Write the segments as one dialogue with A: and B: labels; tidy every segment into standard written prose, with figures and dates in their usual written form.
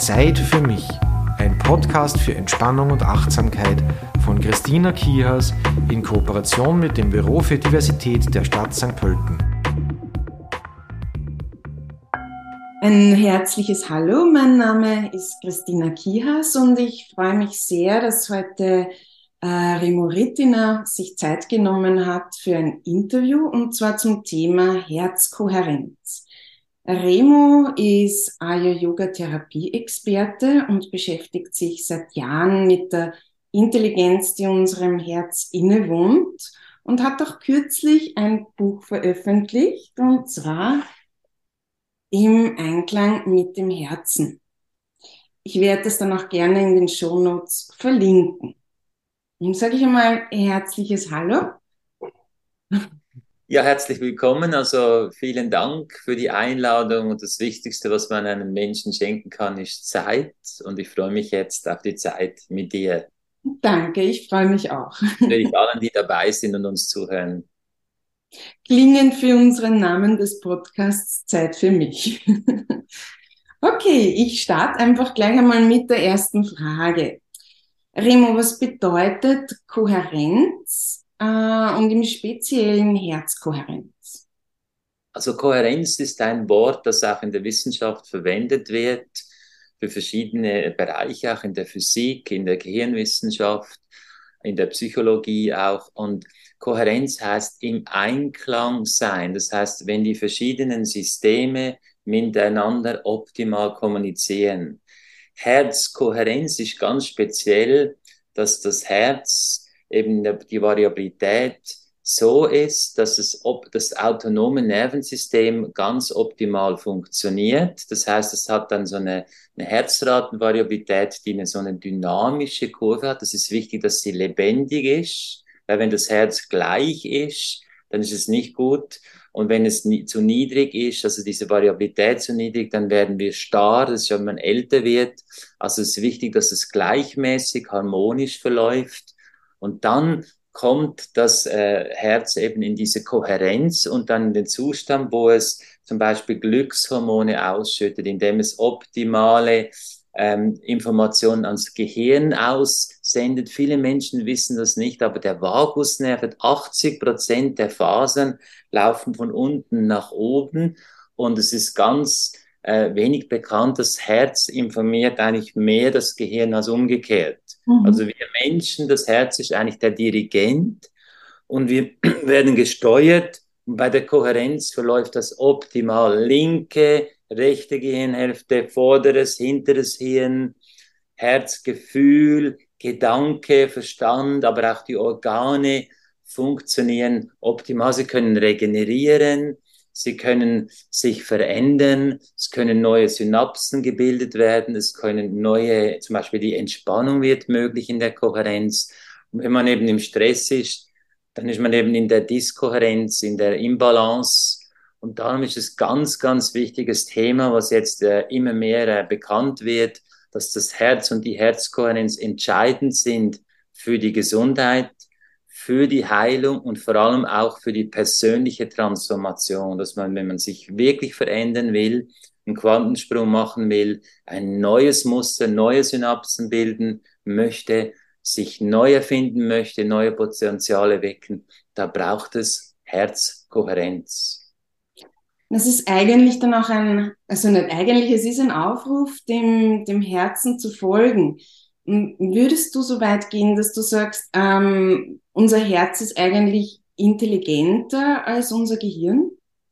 A: Zeit für mich. Ein Podcast für Entspannung und Achtsamkeit von Christina Kihas in Kooperation mit dem Büro für Diversität der Stadt St. Pölten.
B: Ein herzliches Hallo, mein Name ist Christina Kihas und ich freue mich sehr, dass heute Remo Rittiner sich Zeit genommen hat für ein Interview und zwar zum Thema Herzkohärenz. Remo ist Ayurveda-Therapie-Experte und beschäftigt sich seit Jahren mit der Intelligenz, die unserem Herz innewohnt und hat auch kürzlich ein Buch veröffentlicht und zwar Im Einklang mit dem Herzen. Ich werde das dann auch gerne in den Shownotes verlinken. Nun sage ich einmal herzliches Hallo.
C: Ja, herzlich willkommen. Also vielen Dank für die Einladung. Und das Wichtigste, was man einem Menschen schenken kann, ist Zeit. Und ich freue mich jetzt auf die Zeit mit dir.
B: Danke, ich freue mich auch.
C: Natürlich allen, die dabei sind und uns zuhören.
B: Klingend für unseren Namen des Podcasts Zeit für mich. Okay, ich starte einfach gleich einmal mit der ersten Frage. Remo, was bedeutet Kohärenz und im Speziellen Herzkohärenz?
C: Also Kohärenz ist ein Wort, das auch in der Wissenschaft verwendet wird, für verschiedene Bereiche, auch in der Physik, in der Gehirnwissenschaft, in der Psychologie auch. Und Kohärenz heißt im Einklang sein. Das heißt, wenn die verschiedenen Systeme miteinander optimal kommunizieren. Herzkohärenz ist ganz speziell, dass das Herz eben die Variabilität so ist, dass das autonome Nervensystem ganz optimal funktioniert. Das heißt, es hat dann so eine Herzratenvariabilität, die so eine dynamische Kurve hat. Das ist wichtig, dass sie lebendig ist, weil wenn das Herz gleich ist, dann ist es nicht gut. Und wenn es zu niedrig ist, also diese Variabilität zu niedrig, dann werden wir starr, das ist ja, wenn man älter wird. Also es ist wichtig, dass es gleichmäßig, harmonisch verläuft. Und dann kommt das Herz eben in diese Kohärenz und dann in den Zustand, wo es zum Beispiel Glückshormone ausschüttet, indem es optimale Informationen ans Gehirn aussendet. Viele Menschen wissen das nicht, aber der Vagusnerv hat 80% der Fasern laufen von unten nach oben und es ist ganz wenig bekannt, das Herz informiert eigentlich mehr das Gehirn als umgekehrt. Also wir Menschen, das Herz ist eigentlich der Dirigent und wir werden gesteuert und bei der Kohärenz verläuft das optimal. Linke, rechte Gehirnhälfte, vorderes, hinteres Hirn, Herzgefühl, Gedanke, Verstand, aber auch die Organe funktionieren optimal. Sie können regenerieren, sie können sich verändern, es können neue Synapsen gebildet werden, es können neue, zum Beispiel die Entspannung wird möglich in der Kohärenz. Und wenn man eben im Stress ist, dann ist man eben in der Dyskohärenz, in der Imbalance. Und darum ist es ganz, ganz wichtiges Thema, was jetzt immer mehr bekannt wird, dass das Herz und die Herzkohärenz entscheidend sind für die Gesundheit, für die Heilung und vor allem auch für die persönliche Transformation, dass man, wenn man sich wirklich verändern will, einen Quantensprung machen will, ein neues Muster, neue Synapsen bilden möchte, sich neu erfinden möchte, neue Potenziale wecken, da braucht es Herzkohärenz.
B: Das ist eigentlich dann auch also nicht eigentlich, es ist ein Aufruf, dem Herzen zu folgen. Würdest du so weit gehen, dass du sagst, unser Herz ist eigentlich intelligenter als unser Gehirn?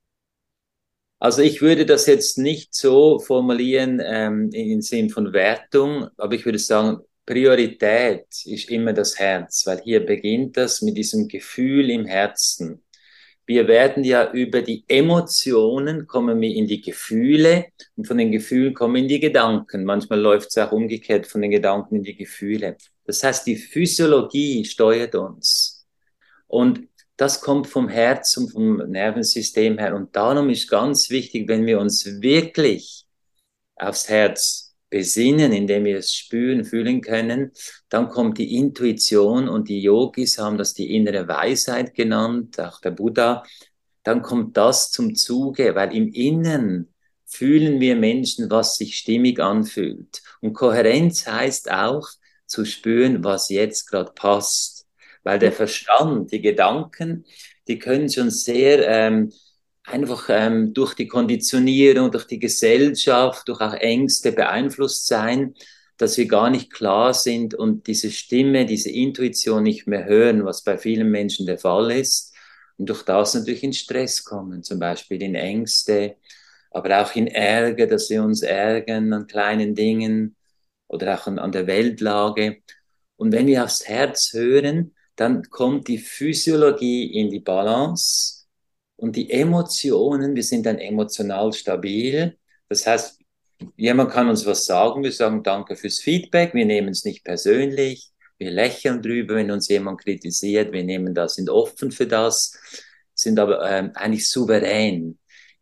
C: Also ich würde das jetzt nicht so formulieren im Sinn von Wertung, aber ich würde sagen, Priorität ist immer das Herz, weil hier beginnt das mit diesem Gefühl im Herzen. Wir werden ja über die Emotionen kommen wir in die Gefühle und von den Gefühlen kommen wir in die Gedanken. Manchmal läuft es auch umgekehrt von den Gedanken in die Gefühle. Das heißt, die Physiologie steuert uns. Und das kommt vom Herz und vom Nervensystem her. Und darum ist ganz wichtig, wenn wir uns wirklich aufs Herz besinnen, indem wir es spüren, fühlen können, dann kommt die Intuition und die Yogis haben das die innere Weisheit genannt, auch der Buddha, dann kommt das zum Zuge, weil im Innen fühlen wir Menschen, was sich stimmig anfühlt. Und Kohärenz heißt auch, zu spüren, was jetzt gerade passt. Weil der Verstand, die Gedanken, die können schon sehr einfach durch die Konditionierung, durch die Gesellschaft, durch auch Ängste beeinflusst sein, dass wir gar nicht klar sind und diese Stimme, diese Intuition nicht mehr hören, was bei vielen Menschen der Fall ist. Und durch das natürlich in Stress kommen, zum Beispiel in Ängste, aber auch in Ärger, dass wir uns ärgern an kleinen Dingen oder auch an der Weltlage. Und wenn wir aufs Herz hören, dann kommt die Physiologie in die Balance und die Emotionen, wir sind dann emotional stabil. Das heißt, jemand kann uns was sagen, wir sagen danke fürs Feedback, wir nehmen es nicht persönlich, wir lächeln drüber, wenn uns jemand kritisiert, wir nehmen das, sind offen für das, sind aber eigentlich souverän.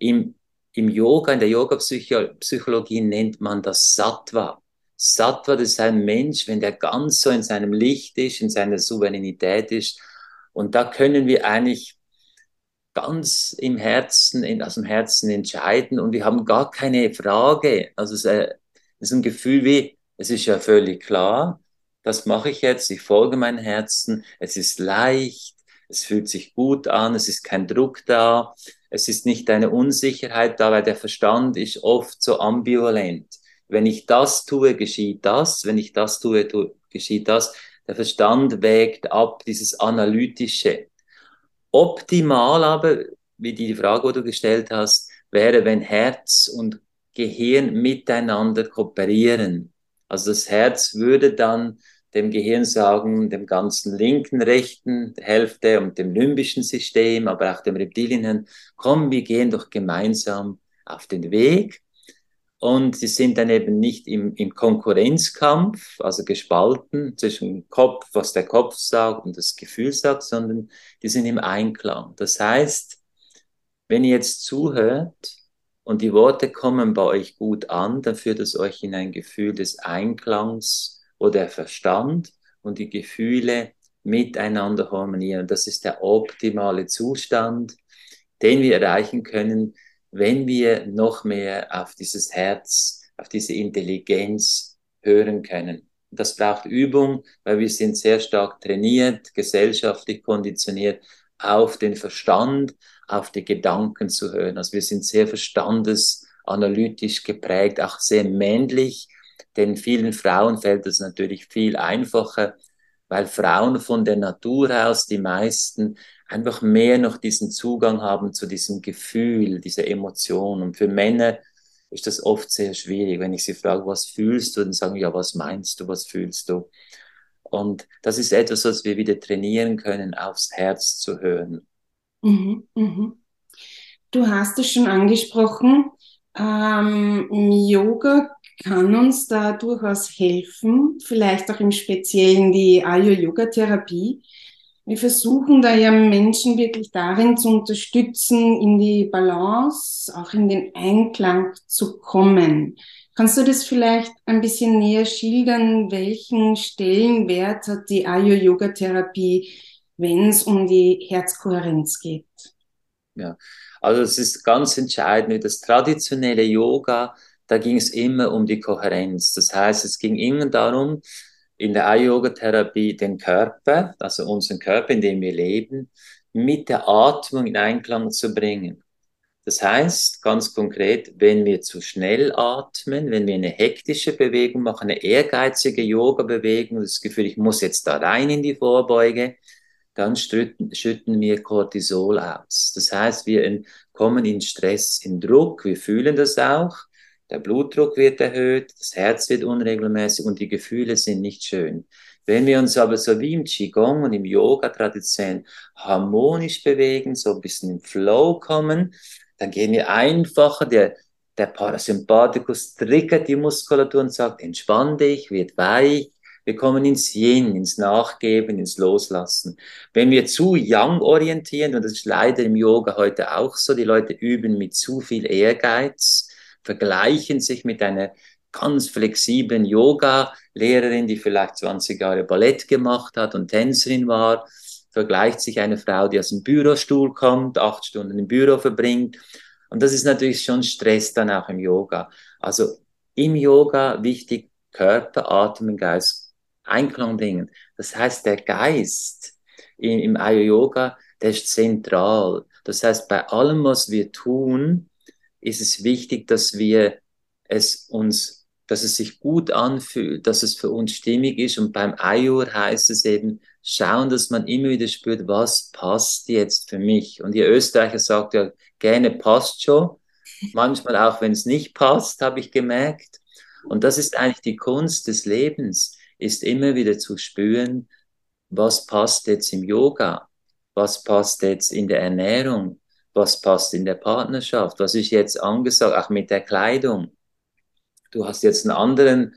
C: Im Yoga, in der Yoga-Psychologie nennt man das Sattva. Sattva, das ist ein Mensch, wenn der ganz so in seinem Licht ist, in seiner Souveränität ist. Und da können wir eigentlich ganz im Herzen, aus dem Herzen entscheiden und wir haben gar keine Frage. Also es ist ein Gefühl wie, es ist ja völlig klar, das mache ich jetzt, ich folge meinem Herzen, es ist leicht, es fühlt sich gut an, es ist kein Druck da, es ist nicht eine Unsicherheit da, weil der Verstand ist oft so ambivalent. Wenn ich das tue, geschieht das, wenn ich das tue, geschieht das. Der Verstand wägt ab, dieses Analytische. Optimal aber, wie die Frage, die du gestellt hast, wäre, wenn Herz und Gehirn miteinander kooperieren. Also das Herz würde dann dem Gehirn sagen, dem ganzen linken, rechten Hälfte und dem limbischen System, aber auch dem Reptilienhirn, komm, wir gehen doch gemeinsam auf den Weg. Und sie sind dann eben nicht im Konkurrenzkampf, also gespalten zwischen dem Kopf, was der Kopf sagt und das Gefühl sagt, sondern die sind im Einklang. Das heißt, wenn ihr jetzt zuhört und die Worte kommen bei euch gut an, dann führt es euch in ein Gefühl des Einklangs, wo der Verstand und die Gefühle miteinander harmonieren. Das ist der optimale Zustand, den wir erreichen können, wenn wir noch mehr auf dieses Herz, auf diese Intelligenz hören können. Das braucht Übung, weil wir sind sehr stark trainiert, gesellschaftlich konditioniert, auf den Verstand, auf die Gedanken zu hören. Also wir sind sehr verstandesanalytisch geprägt, auch sehr männlich, denn vielen Frauen fällt es natürlich viel einfacher, weil Frauen von der Natur aus, die meisten, einfach mehr noch diesen Zugang haben zu diesem Gefühl, dieser Emotion. Und für Männer ist das oft sehr schwierig. Wenn ich sie frage, was fühlst du, dann sagen, ja, was meinst du, was fühlst du? Und das ist etwas, was wir wieder trainieren können, aufs Herz zu hören.
B: Mhm, mhm. Du hast es schon angesprochen, Yoga kann uns da durchaus helfen, vielleicht auch im Speziellen die Ayo-Yoga-Therapie. Wir versuchen da ja Menschen wirklich darin zu unterstützen, in die Balance, auch in den Einklang zu kommen. Kannst du das vielleicht ein bisschen näher schildern, welchen Stellenwert hat die Ayo-Yoga-Therapie, wenn es um die Herzkohärenz geht?
C: Ja, also es ist ganz entscheidend, das traditionelle Yoga, da ging es immer um die Kohärenz. Das heißt, es ging immer darum, in der Yoga-Therapie den Körper, also unseren Körper, in dem wir leben, mit der Atmung in Einklang zu bringen. Das heißt, ganz konkret, wenn wir zu schnell atmen, wenn wir eine hektische Bewegung machen, eine ehrgeizige Yoga-Bewegung, das Gefühl, ich muss jetzt da rein in die Vorbeuge, dann schütten wir Cortisol aus. Das heißt, wir kommen in Stress, in Druck, wir fühlen das auch, der Blutdruck wird erhöht, das Herz wird unregelmäßig und die Gefühle sind nicht schön. Wenn wir uns aber so wie im Qigong und im Yoga traditionell harmonisch bewegen, so ein bisschen im Flow kommen, dann gehen wir einfacher, der Parasympathikus triggert die Muskulatur und sagt, entspann dich, wird weich. Wir kommen ins Yin, ins Nachgeben, ins Loslassen. Wenn wir zu Yang orientieren, und das ist leider im Yoga heute auch so, die Leute üben mit zu viel Ehrgeiz, vergleichen sich mit einer ganz flexiblen Yoga-Lehrerin, die vielleicht 20 Jahre Ballett gemacht hat und Tänzerin war, vergleicht sich eine Frau, die aus dem Bürostuhl kommt, 8 Stunden im Büro verbringt Und das ist natürlich schon Stress dann auch im Yoga. Also im Yoga wichtig, Körper, Atem und Geist Einklang bringen. Das heißt, der Geist im Yoga, der ist zentral. Das heißt, bei allem, was wir tun, ist es wichtig, dass es sich gut anfühlt, dass es für uns stimmig ist. Und beim Ayur heißt es eben, schauen, dass man immer wieder spürt, was passt jetzt für mich. Und ihr Österreicher sagt ja gerne passt schon. Manchmal auch, wenn es nicht passt, habe ich gemerkt. Und das ist eigentlich die Kunst des Lebens, ist immer wieder zu spüren, was passt jetzt im Yoga, was passt jetzt in der Ernährung, was passt in der Partnerschaft, was ist jetzt angesagt, auch mit der Kleidung. Du hast jetzt einen anderen,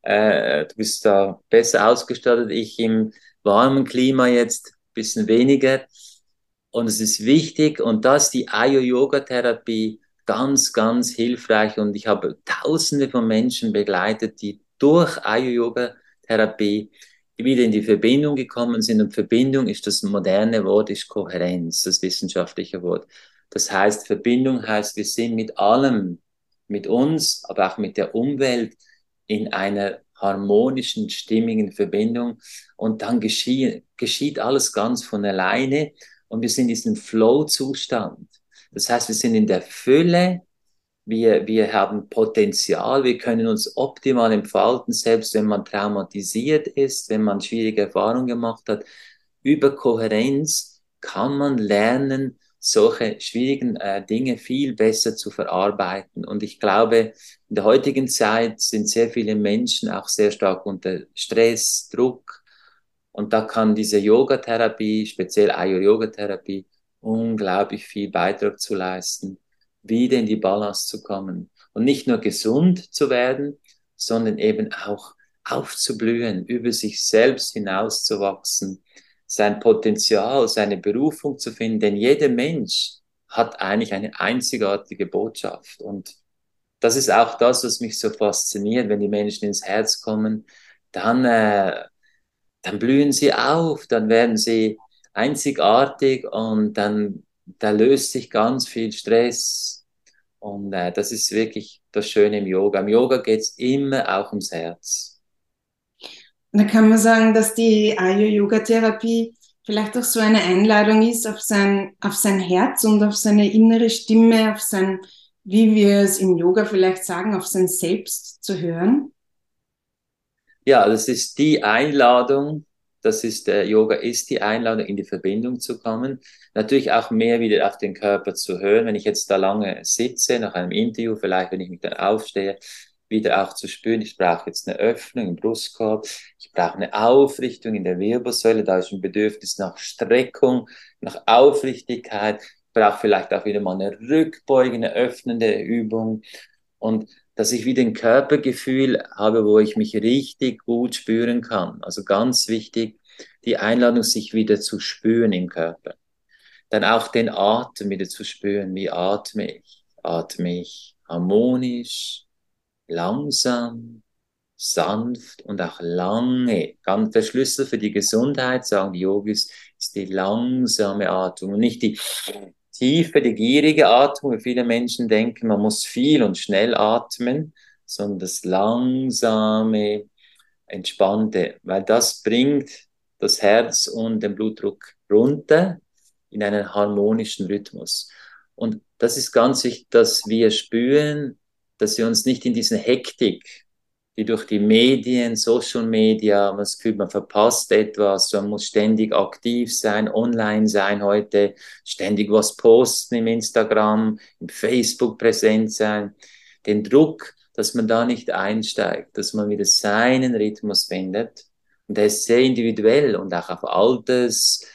C: du bist da besser ausgestattet, ich im warmen Klima jetzt ein bisschen weniger. Und es ist wichtig, und da ist die Ayo-Yoga-Therapie ganz, ganz hilfreich. Und ich habe Tausende von Menschen begleitet, die durch Ayo-Yoga-Therapie wieder in die Verbindung gekommen sind. Und Verbindung ist das moderne Wort, ist Kohärenz, das wissenschaftliche Wort. Das heißt, Verbindung heißt, wir sind mit allem, mit uns, aber auch mit der Umwelt in einer harmonischen, stimmigen Verbindung. Und dann geschieht alles ganz von alleine. Und wir sind in diesem Flow-Zustand. Das heißt, wir sind in der Fülle, wir haben Potenzial, wir können uns optimal entfalten, selbst wenn man traumatisiert ist, wenn man schwierige Erfahrungen gemacht hat. Über Kohärenz kann man lernen, solche schwierigen Dinge viel besser zu verarbeiten. Und ich glaube, in der heutigen Zeit sind sehr viele Menschen auch sehr stark unter Stress, Druck. Und da kann diese Yoga-Therapie, speziell Ayur-Yoga-Therapie, unglaublich viel Beitrag zu leisten, wieder in die Balance zu kommen. Und nicht nur gesund zu werden, sondern eben auch aufzublühen, über sich selbst hinauszuwachsen, sein Potenzial, seine Berufung zu finden. Denn jeder Mensch hat eigentlich eine einzigartige Botschaft. Und das ist auch das, was mich so fasziniert, wenn die Menschen ins Herz kommen, dann dann blühen sie auf, dann werden sie einzigartig und dann da löst sich ganz viel Stress. Und das ist wirklich das Schöne im Yoga. Im Yoga geht's immer auch ums Herz.
B: Da kann man sagen, dass die Ayo-Yoga-Therapie vielleicht auch so eine Einladung ist, auf sein Herz und auf seine innere Stimme, auf sein, wie wir es im Yoga vielleicht sagen, auf sein Selbst zu hören.
C: Ja, das ist die Einladung. Das ist der Yoga ist die Einladung, in die Verbindung zu kommen. Natürlich auch mehr wieder auf den Körper zu hören. Wenn ich jetzt da lange sitze, nach einem Interview, vielleicht wenn ich mich dann aufstehe, wieder auch zu spüren, ich brauche jetzt eine Öffnung im Brustkorb, ich brauche eine Aufrichtung in der Wirbelsäule, da ist ein Bedürfnis nach Streckung, nach Aufrichtigkeit, ich brauche vielleicht auch wieder mal eine Rückbeuge, eine öffnende Übung. Und dass ich wieder ein Körpergefühl habe, wo ich mich richtig gut spüren kann. Also ganz wichtig, die Einladung, sich wieder zu spüren im Körper. Dann auch den Atem wieder zu spüren. Wie atme ich? Atme ich harmonisch, langsam, sanft und auch lange. Ganz der Schlüssel für die Gesundheit, sagen die Yogis, ist die langsame Atmung und nicht die tiefe, die gierige Atmung, wie viele Menschen denken, man muss viel und schnell atmen, sondern das langsame, entspannte, weil das bringt das Herz und den Blutdruck runter in einen harmonischen Rhythmus. Und das ist ganz wichtig, dass wir spüren, dass wir uns nicht in diese Hektik, die durch die Medien, Social Media, man das Gefühl, man verpasst etwas, man muss ständig aktiv sein, online sein heute, ständig was posten im Instagram, im Facebook präsent sein. Den Druck, dass man da nicht einsteigt, dass man wieder seinen Rhythmus findet. Und der ist sehr individuell und auch auf Alters,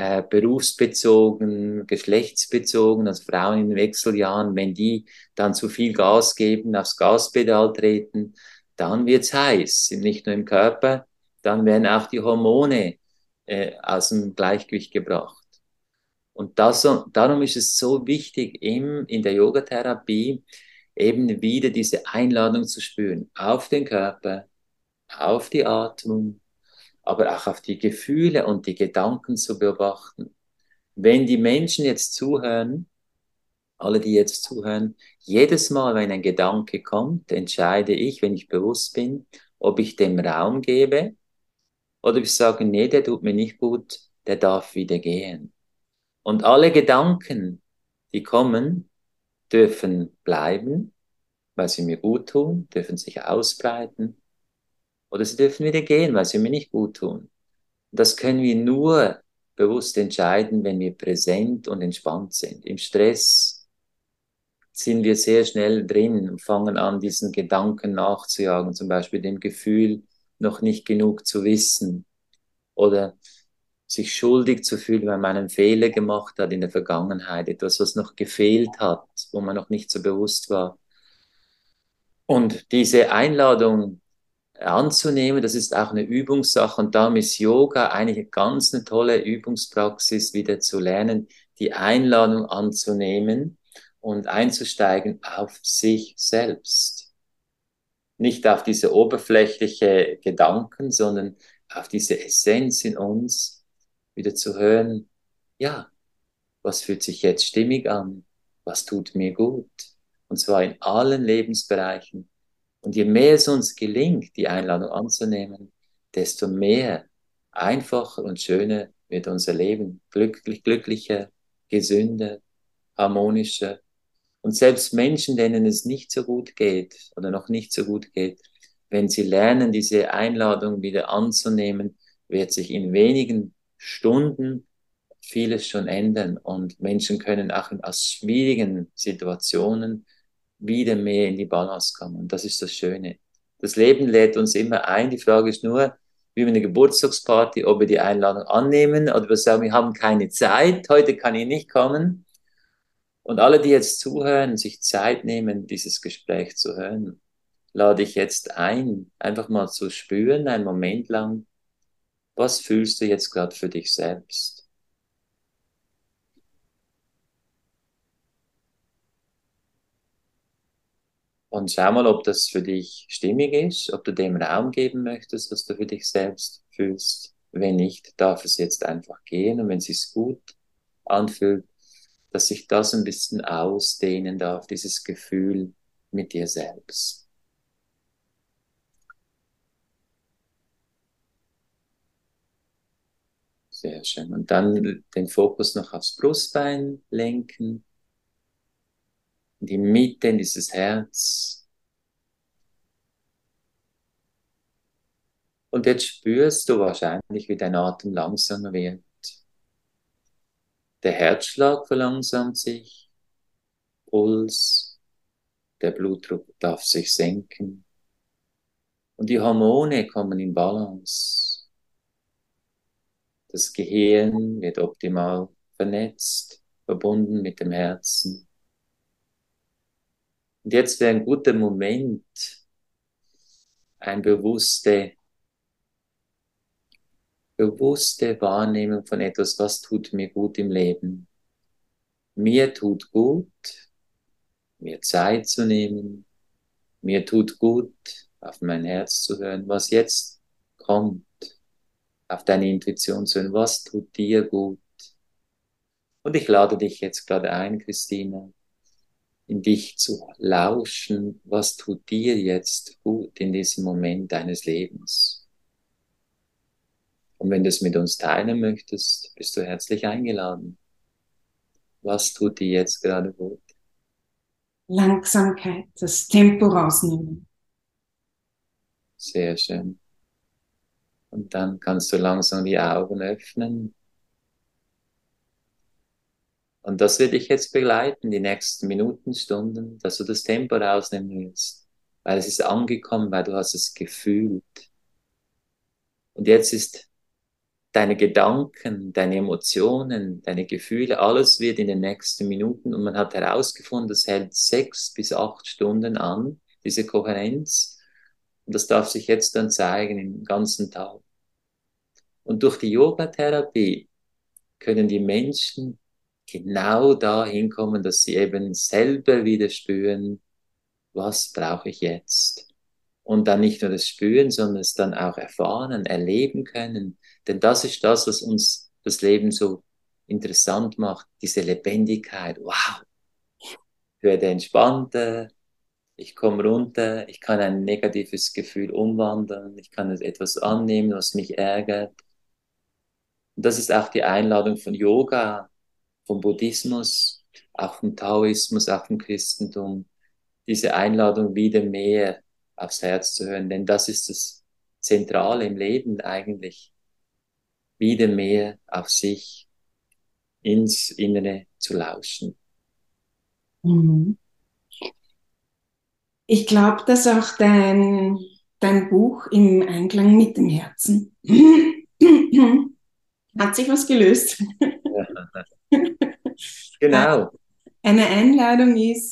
C: berufsbezogen, geschlechtsbezogen, also Frauen in den Wechseljahren, wenn die dann zu viel Gas geben, aufs Gaspedal treten, dann wird's heiß, nicht nur im Körper, dann werden auch die Hormone aus dem Gleichgewicht gebracht. Und darum ist es so wichtig, in der Yogatherapie eben wieder diese Einladung zu spüren, auf den Körper, auf die Atmung, aber auch auf die Gefühle und die Gedanken zu beobachten. Wenn die Menschen jetzt zuhören, alle, die jetzt zuhören, jedes Mal, wenn ein Gedanke kommt, entscheide ich, wenn ich bewusst bin, ob ich dem Raum gebe oder ob ich sage, nee, der tut mir nicht gut, der darf wieder gehen. Und alle Gedanken, die kommen, dürfen bleiben, weil sie mir gut tun, dürfen sich ausbreiten, oder sie dürfen wieder gehen, weil sie mir nicht gut tun. Das können wir nur bewusst entscheiden, wenn wir präsent und entspannt sind. Im Stress sind wir sehr schnell drin und fangen an, diesen Gedanken nachzujagen, zum Beispiel dem Gefühl, noch nicht genug zu wissen oder sich schuldig zu fühlen, weil man einen Fehler gemacht hat in der Vergangenheit, etwas, was noch gefehlt hat, wo man noch nicht so bewusst war. Und diese Einladung anzunehmen, das ist auch eine Übungssache und darum ist Yoga eigentlich eine ganz eine tolle Übungspraxis, wieder zu lernen, die Einladung anzunehmen und einzusteigen auf sich selbst. Nicht auf diese oberflächliche Gedanken, sondern auf diese Essenz in uns, wieder zu hören, ja, was fühlt sich jetzt stimmig an? Was tut mir gut? Und zwar in allen Lebensbereichen. Und je mehr es uns gelingt, die Einladung anzunehmen, desto mehr einfacher und schöner wird unser Leben. Glücklicher, gesünder, harmonischer. Und selbst Menschen, denen es nicht so gut geht oder noch nicht so gut geht, wenn sie lernen, diese Einladung wieder anzunehmen, wird sich in wenigen Stunden vieles schon ändern. Und Menschen können auch aus schwierigen Situationen wieder mehr in die Balance kommen. Und das ist das Schöne. Das Leben lädt uns immer ein. Die Frage ist nur, wie eine Geburtstagsparty, ob wir die Einladung annehmen oder wir sagen, wir haben keine Zeit, heute kann ich nicht kommen. Und alle, die jetzt zuhören, sich Zeit nehmen, dieses Gespräch zu hören, lade ich jetzt ein, einfach mal zu spüren, einen Moment lang, was fühlst du jetzt gerade für dich selbst? Und schau mal, ob das für dich stimmig ist, ob du dem Raum geben möchtest, was du für dich selbst fühlst. Wenn nicht, darf es jetzt einfach gehen. Und wenn es sich gut anfühlt, dass sich das ein bisschen ausdehnen darf, dieses Gefühl mit dir selbst. Sehr schön. Und dann den Fokus noch aufs Brustbein lenken, in die Mitte, in dieses Herz. Und jetzt spürst du wahrscheinlich, wie dein Atem langsamer wird. Der Herzschlag verlangsamt sich, Puls, der Blutdruck darf sich senken und die Hormone kommen in Balance. Das Gehirn wird optimal vernetzt, verbunden mit dem Herzen. Und jetzt wäre ein guter Moment, eine bewusste Wahrnehmung von etwas, was tut mir gut im Leben. Mir tut gut, mir Zeit zu nehmen. Mir tut gut, auf mein Herz zu hören, was jetzt kommt, auf deine Intuition zu hören, was tut dir gut. Und ich lade dich jetzt gerade ein, Christina, in dich zu lauschen, was tut dir jetzt gut in diesem Moment deines Lebens. Und wenn du es mit uns teilen möchtest, bist du herzlich eingeladen. Was tut dir jetzt gerade gut?
B: Langsamkeit, das Tempo rausnehmen.
C: Sehr schön. Und dann kannst du langsam die Augen öffnen. Und das wird dich jetzt begleiten, die nächsten Minuten, Stunden, dass du das Tempo rausnehmen willst. Weil es ist angekommen, weil du hast es gefühlt. Und jetzt ist deine Gedanken, deine Emotionen, deine Gefühle, alles wird in den nächsten Minuten, und man hat herausgefunden, das hält 6 bis 8 Stunden an, diese Kohärenz. Und das darf sich jetzt dann zeigen im ganzen Tag. Und durch die Yoga-Therapie können die Menschen genau dahin kommen, dass sie eben selber wieder spüren, was brauche ich jetzt? Und dann nicht nur das Spüren, sondern es dann auch erfahren, erleben können. Denn das ist das, was uns das Leben so interessant macht, diese Lebendigkeit. Wow, ich werde entspannter, ich komme runter, ich kann ein negatives Gefühl umwandeln, ich kann etwas annehmen, was mich ärgert. Und das ist auch die Einladung von Yoga, vom Buddhismus, auch vom Taoismus, auch vom Christentum, diese Einladung wieder mehr aufs Herz zu hören, denn das ist das Zentrale im Leben eigentlich, wieder mehr auf sich, ins Innere zu lauschen.
B: Mhm. Ich glaube, dass auch dein Buch im Einklang mit dem Herzen hat sich was gelöst.
C: Genau.
B: Eine Einladung ist,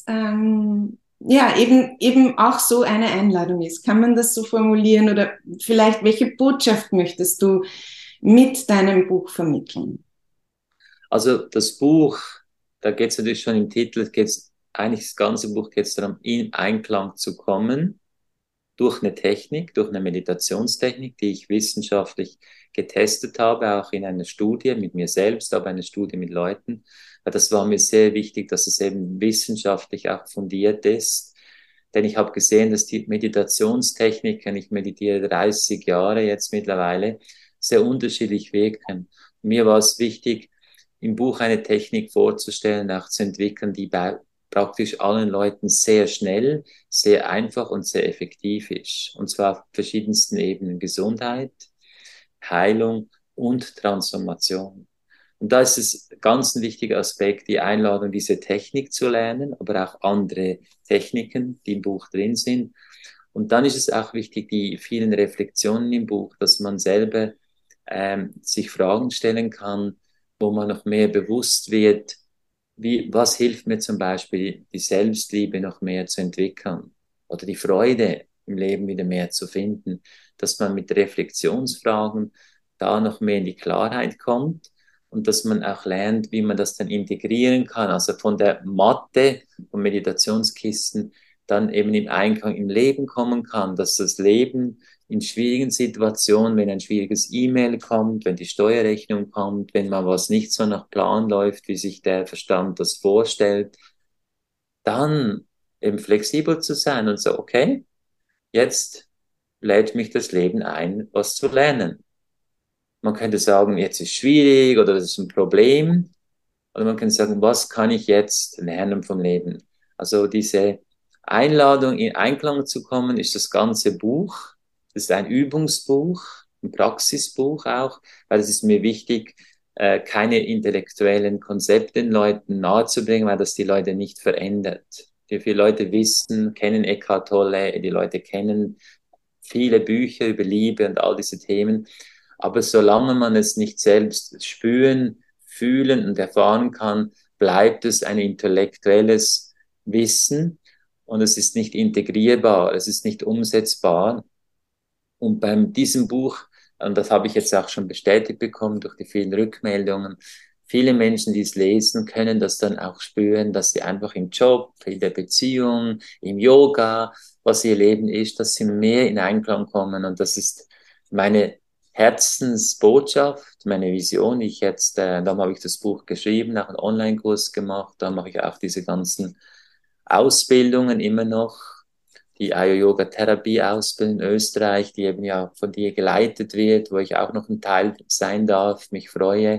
B: ja, eben auch so eine Einladung ist. Kann man das so formulieren oder vielleicht welche Botschaft möchtest du mit deinem Buch vermitteln?
C: Also das Buch, da geht es natürlich schon im Titel, geht's, eigentlich das ganze Buch geht es darum, in Einklang zu kommen durch eine Technik, durch eine Meditationstechnik, die ich wissenschaftlich getestet habe, auch in einer Studie mit mir selbst, aber eine Studie mit Leuten. Das war mir sehr wichtig, dass es eben wissenschaftlich auch fundiert ist. Denn ich habe gesehen, dass die Meditationstechniken, ich meditiere 30 Jahre jetzt mittlerweile, sehr unterschiedlich wirken. Mir war es wichtig, im Buch eine Technik vorzustellen, auch zu entwickeln, die bei praktisch allen Leuten sehr schnell, sehr einfach und sehr effektiv ist. Und zwar auf verschiedensten Ebenen: Gesundheit, Heilung und Transformation. Und da ist es ganz ein wichtiger Aspekt, die Einladung, diese Technik zu lernen, aber auch andere Techniken, die im Buch drin sind. Und dann ist es auch wichtig, die vielen Reflexionen im Buch, dass man selber sich Fragen stellen kann, wo man noch mehr bewusst wird, was hilft mir zum Beispiel, die Selbstliebe noch mehr zu entwickeln oder die Freude im Leben wieder mehr zu finden, dass man mit Reflexionsfragen da noch mehr in die Klarheit kommt und dass man auch lernt, wie man das dann integrieren kann, also von der Matte, von Meditationskisten, dann eben im Einklang im Leben kommen kann, dass das Leben in schwierigen Situationen, wenn ein schwieriges E-Mail kommt, wenn die Steuerrechnung kommt, wenn mal was nicht so nach Plan läuft, wie sich der Verstand das vorstellt, dann eben flexibel zu sein und so, okay, jetzt lädt mich das Leben ein, was zu lernen. Man könnte sagen, jetzt ist schwierig oder das ist ein Problem. Oder man kann sagen, was kann ich jetzt lernen vom Leben? Also diese Einladung, in Einklang zu kommen, ist das ganze Buch. Das ist ein Übungsbuch, ein Praxisbuch auch, weil es ist mir wichtig, keine intellektuellen Konzepte den Leuten nahezubringen, weil das die Leute nicht verändert. Die viele Leute wissen, kennen Eckhart Tolle, die Leute kennen viele Bücher über Liebe und all diese Themen. Aber solange man es nicht selbst spüren, fühlen und erfahren kann, bleibt es ein intellektuelles Wissen und es ist nicht integrierbar, es ist nicht umsetzbar. Und beim diesem Buch, und das habe ich jetzt auch schon bestätigt bekommen durch die vielen Rückmeldungen, viele Menschen, die es lesen, können das dann auch spüren, dass sie einfach im Job, in der Beziehung, im Yoga, was ihr Leben ist, dass sie mehr in Einklang kommen. Und das ist meine Herzensbotschaft, meine Vision. Ich jetzt, darum habe ich das Buch geschrieben, auch einen Online-Kurs gemacht, da mache ich auch diese ganzen Ausbildungen immer noch, die Yoga-Therapie-Ausbildung in Österreich, die eben ja von dir geleitet wird, wo ich auch noch ein Teil sein darf, mich freue,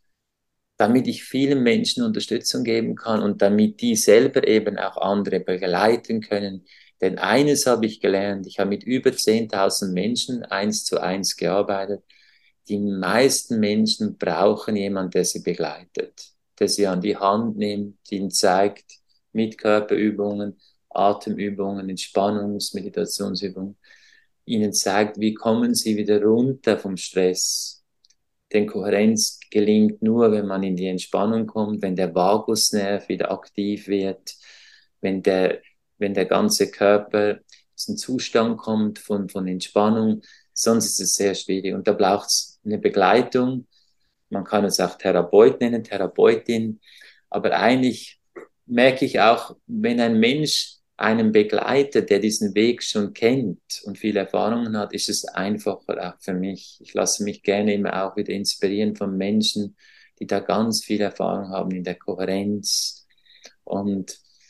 C: damit ich vielen Menschen Unterstützung geben kann und damit die selber eben auch andere begleiten können. Denn eines habe ich gelernt, ich habe mit über 10.000 Menschen 1:1 gearbeitet. Die meisten Menschen brauchen jemanden, der sie begleitet, der sie an die Hand nimmt, ihnen zeigt, mit Körperübungen, Atemübungen, Meditationsübungen, ihnen zeigt, wie kommen sie wieder runter vom Stress. Denn Kohärenz gelingt nur, wenn man in die Entspannung kommt, wenn der Vagusnerv wieder aktiv wird, wenn der, wenn der ganze Körper in einen Zustand kommt von Entspannung. Sonst ist es sehr schwierig. Und da braucht es eine Begleitung. Man kann es auch Therapeut nennen, Therapeutin. Aber eigentlich merke ich auch, wenn ein Mensch einen begleitet, der diesen Weg schon kennt und viele Erfahrungen hat, ist es einfacher auch für mich. Ich lasse mich gerne immer auch wieder inspirieren von Menschen, die da ganz viel Erfahrung haben in der Kohärenz. Und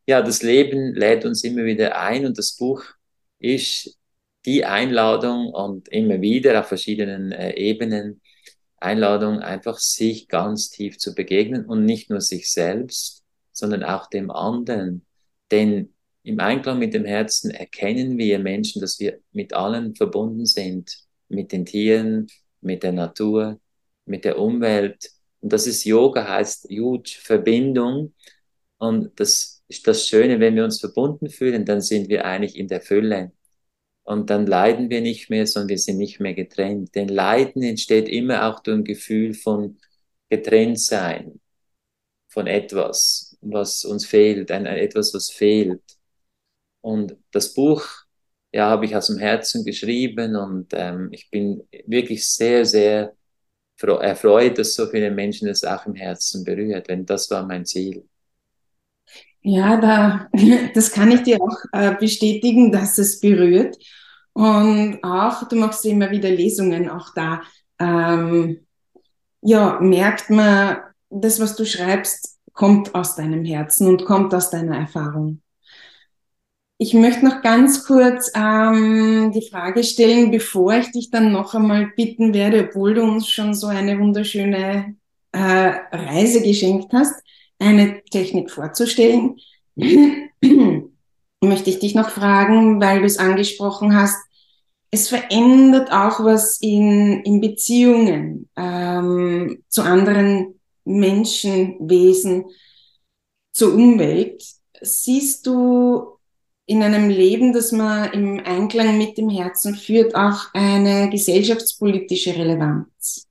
C: ja, das Leben lädt uns immer wieder ein und das Buch ist die Einladung und immer wieder auf verschiedenen Ebenen Einladung, einfach sich ganz tief zu begegnen und nicht nur sich selbst, sondern auch dem anderen. Denn im Einklang mit dem Herzen erkennen wir Menschen, dass wir mit allen verbunden sind, mit den Tieren, mit der Natur, mit der Umwelt. Und das ist Yoga, heißt Yud, Verbindung. Und das ist das Schöne, wenn wir uns verbunden fühlen, dann sind wir eigentlich in der Fülle. Und dann leiden wir nicht mehr, sondern wir sind nicht mehr getrennt. Denn Leiden entsteht immer auch durch ein Gefühl von Getrenntsein, von etwas, was uns fehlt, etwas, was fehlt. Und das Buch, ja, habe ich aus dem Herzen geschrieben und ich bin wirklich sehr, sehr erfreut, dass so viele Menschen es auch im Herzen berührt, denn das war mein Ziel.
B: Ja, das kann ich dir auch bestätigen, dass es berührt. Und auch, du machst ja immer wieder Lesungen, auch da ja, merkt man, das, was du schreibst, kommt aus deinem Herzen und kommt aus deiner Erfahrung. Ich möchte noch ganz kurz die Frage stellen, bevor ich dich dann noch einmal bitten werde, obwohl du uns schon so eine wunderschöne Reise geschenkt hast, eine Technik vorzustellen, möchte ich dich noch fragen, weil du es angesprochen hast, es verändert auch was in Beziehungen zu anderen Menschen, Wesen, zur Umwelt. Siehst du in einem Leben, das man im Einklang mit dem Herzen führt, auch eine gesellschaftspolitische Relevanz?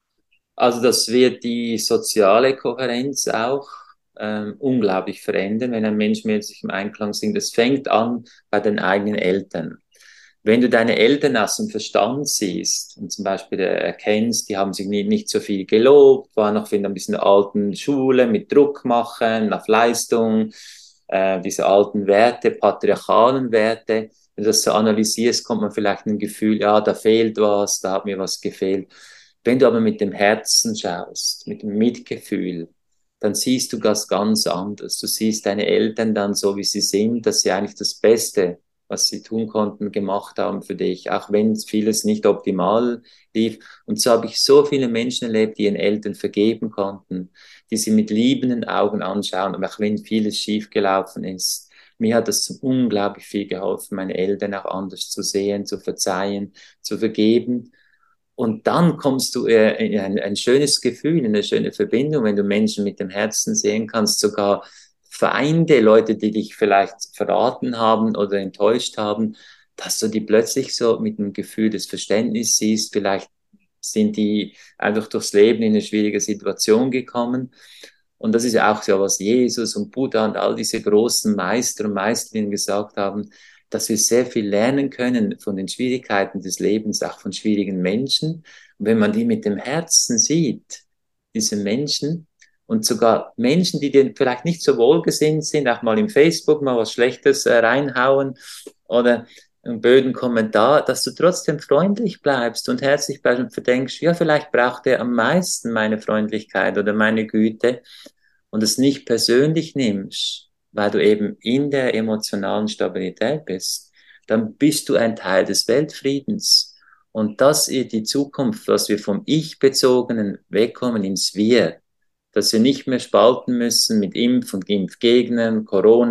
C: Also das wird die soziale Kohärenz auch unglaublich verändern, wenn ein Mensch mit sich im Einklang singt. Es fängt an bei den eigenen Eltern. Wenn du deine Eltern aus dem Verstand siehst und zum Beispiel erkennst, die haben sich nicht so viel gelobt, waren noch in ein bisschen der alten Schule mit Druck machen, auf Leistung, diese alten Werte, patriarchalen Werte. Wenn du das so analysierst, kommt man vielleicht in ein Gefühl, ja, da fehlt was, da hat mir was gefehlt. Wenn du aber mit dem Herzen schaust, mit dem Mitgefühl, dann siehst du das ganz anders. Du siehst deine Eltern dann so, wie sie sind, dass sie eigentlich das Beste, was sie tun konnten, gemacht haben für dich, auch wenn vieles nicht optimal lief. Und so habe ich so viele Menschen erlebt, die ihren Eltern vergeben konnten, die sie mit liebenden Augen anschauen, auch wenn vieles schiefgelaufen ist. Mir hat das unglaublich viel geholfen, meine Eltern auch anders zu sehen, zu verzeihen, zu vergeben. Und dann kommst du in ein schönes Gefühl, in eine schöne Verbindung, wenn du Menschen mit dem Herzen sehen kannst, sogar Feinde, Leute, die dich vielleicht verraten haben oder enttäuscht haben, dass du die plötzlich so mit einem Gefühl des Verständnisses siehst. Vielleicht sind die einfach durchs Leben in eine schwierige Situation gekommen. Und das ist ja auch so, was Jesus und Buddha und all diese großen Meister und Meisterinnen gesagt haben, dass wir sehr viel lernen können von den Schwierigkeiten des Lebens, auch von schwierigen Menschen. Und wenn man die mit dem Herzen sieht, diese Menschen, und sogar Menschen, die dir vielleicht nicht so wohlgesinnt sind, auch mal im Facebook mal was Schlechtes reinhauen oder einen blöden Kommentar, dass du trotzdem freundlich bleibst und herzlich bleibst und verdenkst, ja, vielleicht braucht er am meisten meine Freundlichkeit oder meine Güte und es nicht persönlich nimmst, weil du eben in der emotionalen Stabilität bist, dann bist du ein Teil des Weltfriedens. Und das ist die Zukunft, dass wir vom Ich-Bezogenen wegkommen ins Wir, dass wir nicht mehr spalten müssen mit Impf- und Impfgegnern,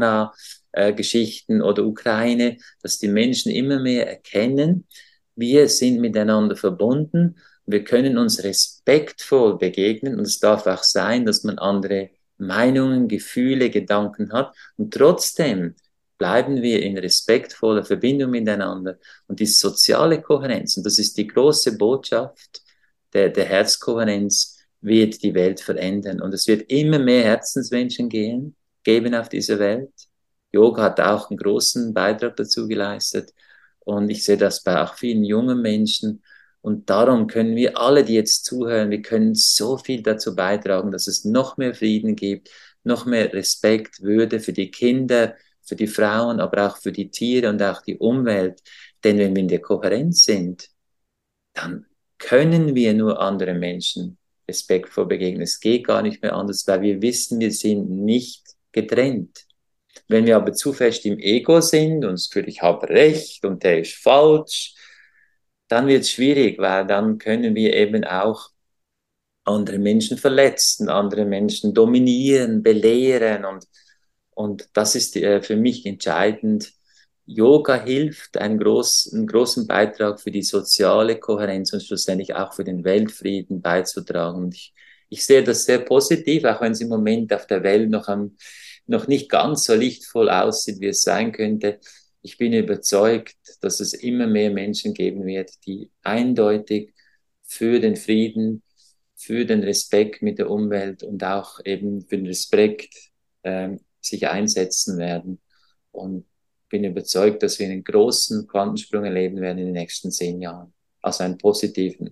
C: Corona-Geschichten oder Ukraine, dass die Menschen immer mehr erkennen, wir sind miteinander verbunden, wir können uns respektvoll begegnen und es darf auch sein, dass man andere Meinungen, Gefühle, Gedanken hat und trotzdem bleiben wir in respektvoller Verbindung miteinander und die soziale Kohärenz, und das ist die große Botschaft der Herzkohärenz, wird die Welt verändern. Und es wird immer mehr Herzensmenschen geben auf dieser Welt. Yoga hat auch einen großen Beitrag dazu geleistet. Und ich sehe das bei auch vielen jungen Menschen. Und darum können wir alle, die jetzt zuhören, wir können so viel dazu beitragen, dass es noch mehr Frieden gibt, noch mehr Respekt, Würde für die Kinder, für die Frauen, aber auch für die Tiere und auch die Umwelt. Denn wenn wir in der Kohärenz sind, dann können wir nur anderen Menschen respektvoll begegnen. Es geht gar nicht mehr anders, weil wir wissen, wir sind nicht getrennt. Wenn wir aber zu fest im Ego sind und das Gefühl, ich habe recht und der ist falsch, dann wird es schwierig, weil dann können wir eben auch andere Menschen verletzen, andere Menschen dominieren, belehren und das ist für mich entscheidend. Yoga hilft, einen großen Beitrag für die soziale Kohärenz und schlussendlich auch für den Weltfrieden beizutragen. Und ich sehe das sehr positiv, auch wenn es im Moment auf der Welt noch nicht ganz so lichtvoll aussieht, wie es sein könnte. Ich bin überzeugt, dass es immer mehr Menschen geben wird, die eindeutig für den Frieden, für den Respekt mit der Umwelt und auch eben für den Respekt sich einsetzen werden. Und bin überzeugt, dass wir einen großen Quantensprung erleben werden in den nächsten 10 Jahren. Also einen positiven.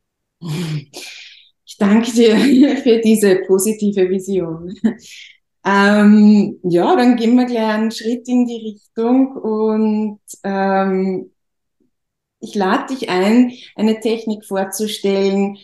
B: Ich danke dir für diese positive Vision. Ja, dann gehen wir gleich einen Schritt in die Richtung und ich lade dich ein, eine Technik vorzustellen.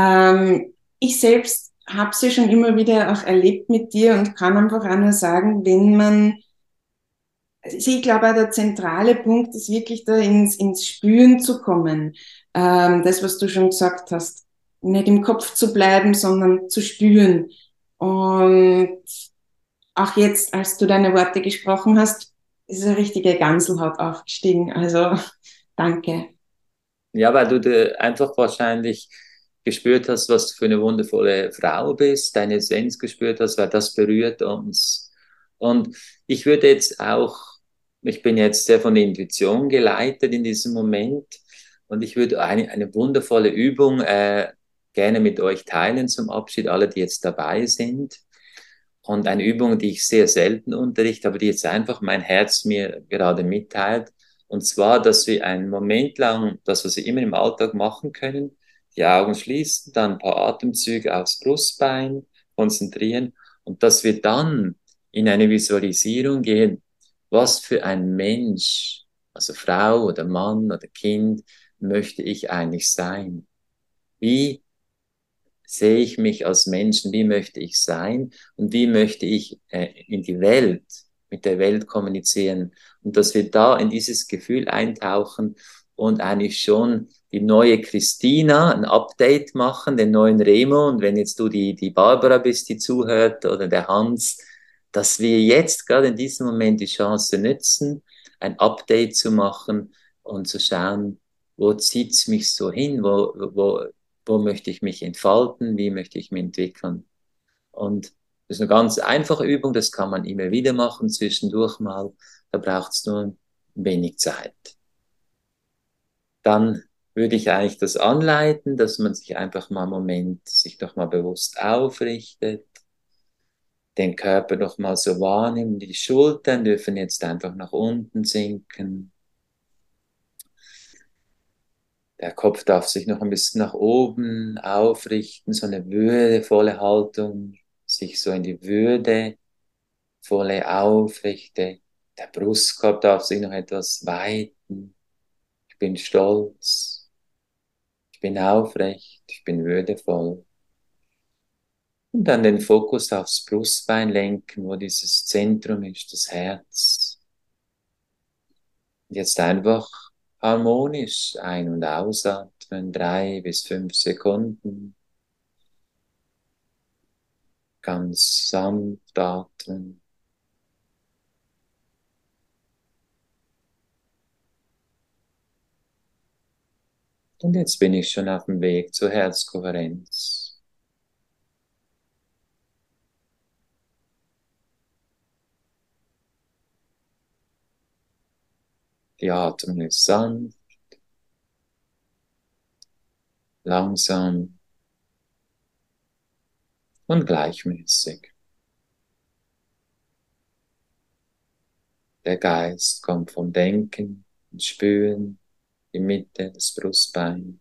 B: Ich selbst habe sie schon immer wieder auch erlebt mit dir und kann einfach auch nur sagen, wenn man, also ich glaube, auch der zentrale Punkt ist wirklich da ins Spüren zu kommen. Das, was du schon gesagt hast, nicht im Kopf zu bleiben, sondern zu spüren. Und auch jetzt, als du deine Worte gesprochen hast, ist eine richtige Gänsehaut aufgestiegen. Also danke.
C: Ja, weil du einfach wahrscheinlich gespürt hast, was du für eine wundervolle Frau bist, deine Essenz gespürt hast, weil das berührt uns. Und ich würde jetzt auch, ich bin jetzt sehr von der Intuition geleitet in diesem Moment und ich würde eine wundervolle Übung gerne mit euch teilen zum Abschied, alle, die jetzt dabei sind. Und eine Übung, die ich sehr selten unterrichte, aber die jetzt einfach mein Herz mir gerade mitteilt. Und zwar, dass wir einen Moment lang, das, was wir immer im Alltag machen können, die Augen schließen, dann ein paar Atemzüge aufs Brustbein konzentrieren und dass wir dann in eine Visualisierung gehen, was für ein Mensch, also Frau oder Mann oder Kind, möchte ich eigentlich sein? Wie sehe ich mich als Menschen, wie möchte ich sein und wie möchte ich in die Welt, mit der Welt kommunizieren und dass wir da in dieses Gefühl eintauchen und eigentlich schon die neue Christina ein Update machen, den neuen Remo und wenn jetzt du die Barbara bist, die zuhört oder der Hans, dass wir jetzt gerade in diesem Moment die Chance nutzen, ein Update zu machen und zu schauen, wo zieht's mich so hin, wo möchte ich mich entfalten, wie möchte ich mich entwickeln. Und das ist eine ganz einfache Übung, das kann man immer wieder machen, zwischendurch mal. Da braucht es nur wenig Zeit. Dann würde ich eigentlich das anleiten, dass man sich einfach mal einen Moment sich noch mal bewusst aufrichtet, den Körper noch mal so wahrnimmt. Die Schultern dürfen jetzt einfach nach unten sinken. Der Kopf darf sich noch ein bisschen nach oben aufrichten, so eine würdevolle Haltung, sich so in die würdevolle Aufrichte. Der Brustkorb darf sich noch etwas weiten. Ich bin stolz, ich bin aufrecht, ich bin würdevoll. Und dann den Fokus aufs Brustbein lenken, wo dieses Zentrum ist, das Herz. Und jetzt einfach harmonisch ein- und ausatmen, 3 bis 5 Sekunden. Ganz sanft atmen. Und jetzt bin ich schon auf dem Weg zur Herzkohärenz. Die Atmung ist sanft, langsam und gleichmäßig. Der Geist kommt vom Denken und Spüren, die Mitte des Brustbeins.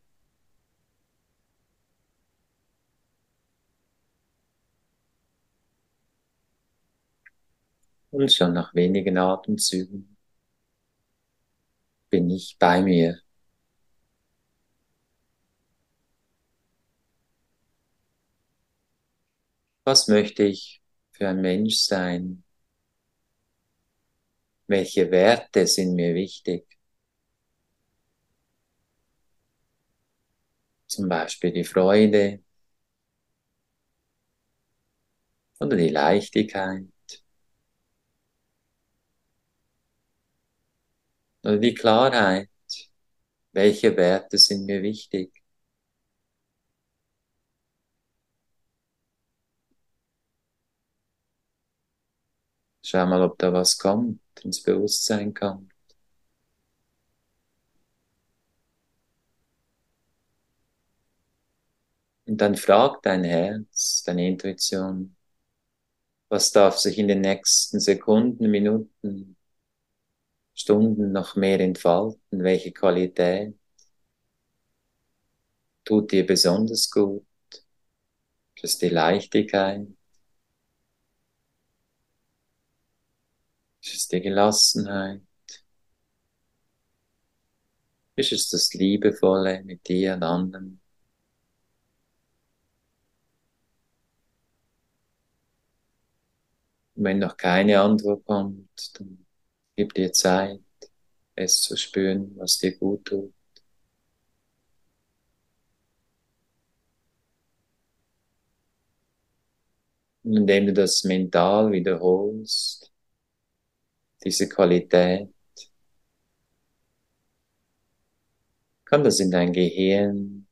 C: Und schon nach wenigen Atemzügen bin ich bei mir. Was möchte ich für ein Mensch sein? Welche Werte sind mir wichtig? Zum Beispiel die Freude oder die Leichtigkeit oder die Klarheit. Welche Werte sind mir wichtig? Schau mal, ob da was kommt, ins Bewusstsein kommt. Und dann frag dein Herz, deine Intuition, was darf sich in den nächsten Sekunden, Minuten, Stunden noch mehr entfalten? Welche Qualität tut dir besonders gut? Ist es die Leichtigkeit? Ist es die Gelassenheit? Ist es das Liebevolle mit dir und anderen? Und wenn noch keine Antwort kommt, dann gib dir Zeit, es zu spüren, was dir gut tut. Und indem du das mental wiederholst, diese Qualität, kann das in dein Gehirn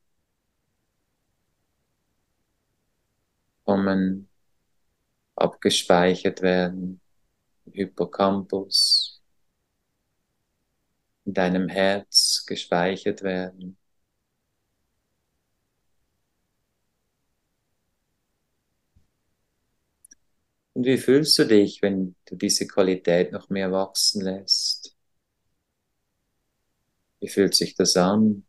C: kommen, abgespeichert werden, im Hippocampus, in deinem Herz gespeichert werden. Und wie fühlst du dich, wenn du diese Qualität noch mehr wachsen lässt? Wie fühlt sich das an?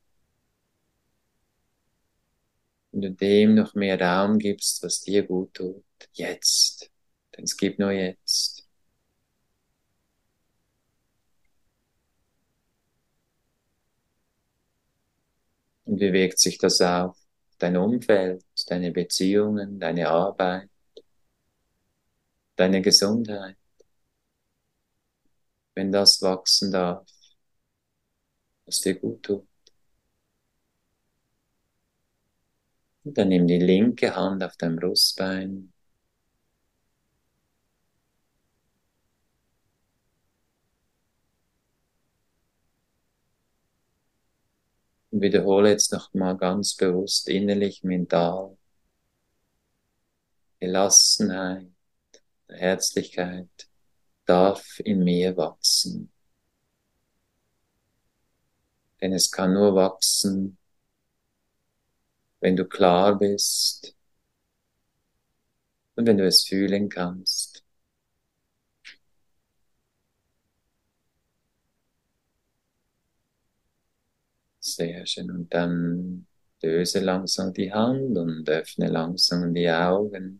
C: Wenn du dem noch mehr Raum gibst, was dir gut tut, jetzt, denn es gibt nur jetzt. Und wie wirkt sich das auf dein Umfeld, deine Beziehungen, deine Arbeit, deine Gesundheit, wenn das wachsen darf, was dir gut tut? Und dann nimm die linke Hand auf dein Brustbein. Und wiederhole jetzt noch mal ganz bewusst innerlich, mental, Gelassenheit, Herzlichkeit darf in mir wachsen. Denn es kann nur wachsen, wenn du klar bist und wenn du es fühlen kannst. Sehr schön. Und dann löse langsam die Hand und öffne langsam die Augen.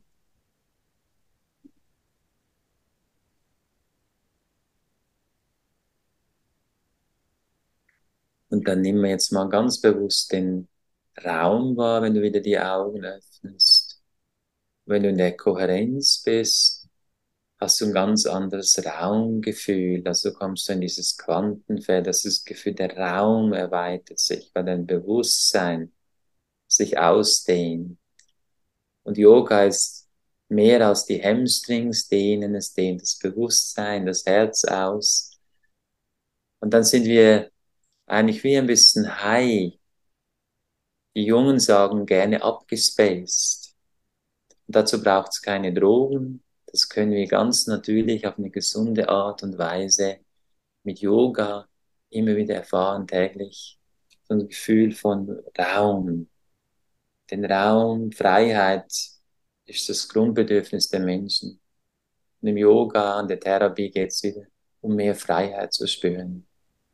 C: Und dann nimm jetzt mal ganz bewusst den Raum wahr, wenn du wieder die Augen öffnest. Wenn du in der Kohärenz bist, hast du ein ganz anderes Raumgefühl. Also kommst du in dieses Quantenfeld, das ist das Gefühl, der Raum erweitert sich, weil dein Bewusstsein sich ausdehnt. Und Yoga ist mehr als die Hamstrings dehnen, es dehnt das Bewusstsein, das Herz aus. Und dann sind wir eigentlich wie ein bisschen high. Die Jungen sagen gerne abgespaced. Und dazu braucht es keine Drogen. Das können wir ganz natürlich auf eine gesunde Art und Weise mit Yoga immer wieder erfahren, täglich. So ein Gefühl von Raum. Den Raum, Freiheit ist das Grundbedürfnis der Menschen. Und im Yoga und der Therapie geht es wieder um mehr Freiheit zu spüren.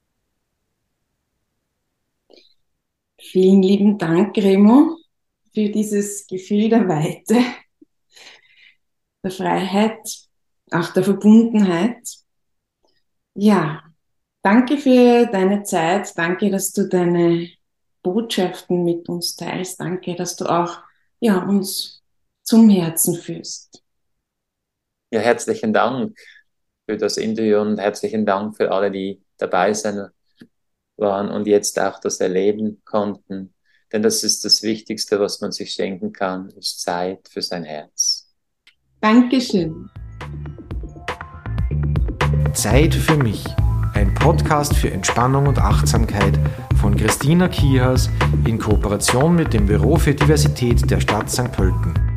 B: Vielen lieben Dank, Remo, für dieses Gefühl der Weite, der Freiheit, auch der Verbundenheit. Ja, danke für deine Zeit. Danke, dass du deine Botschaften mit uns teilst. Danke, dass du auch uns zum Herzen führst.
C: Ja, herzlichen Dank. für das Interview und herzlichen Dank für alle, die dabei sein waren und jetzt auch das erleben konnten. Denn das ist das Wichtigste, was man sich schenken kann, ist Zeit für sein Herz.
B: Dankeschön.
A: Zeit für mich. Ein Podcast für Entspannung und Achtsamkeit von Christina Kihas in Kooperation mit dem Büro für Diversität der Stadt St. Pölten.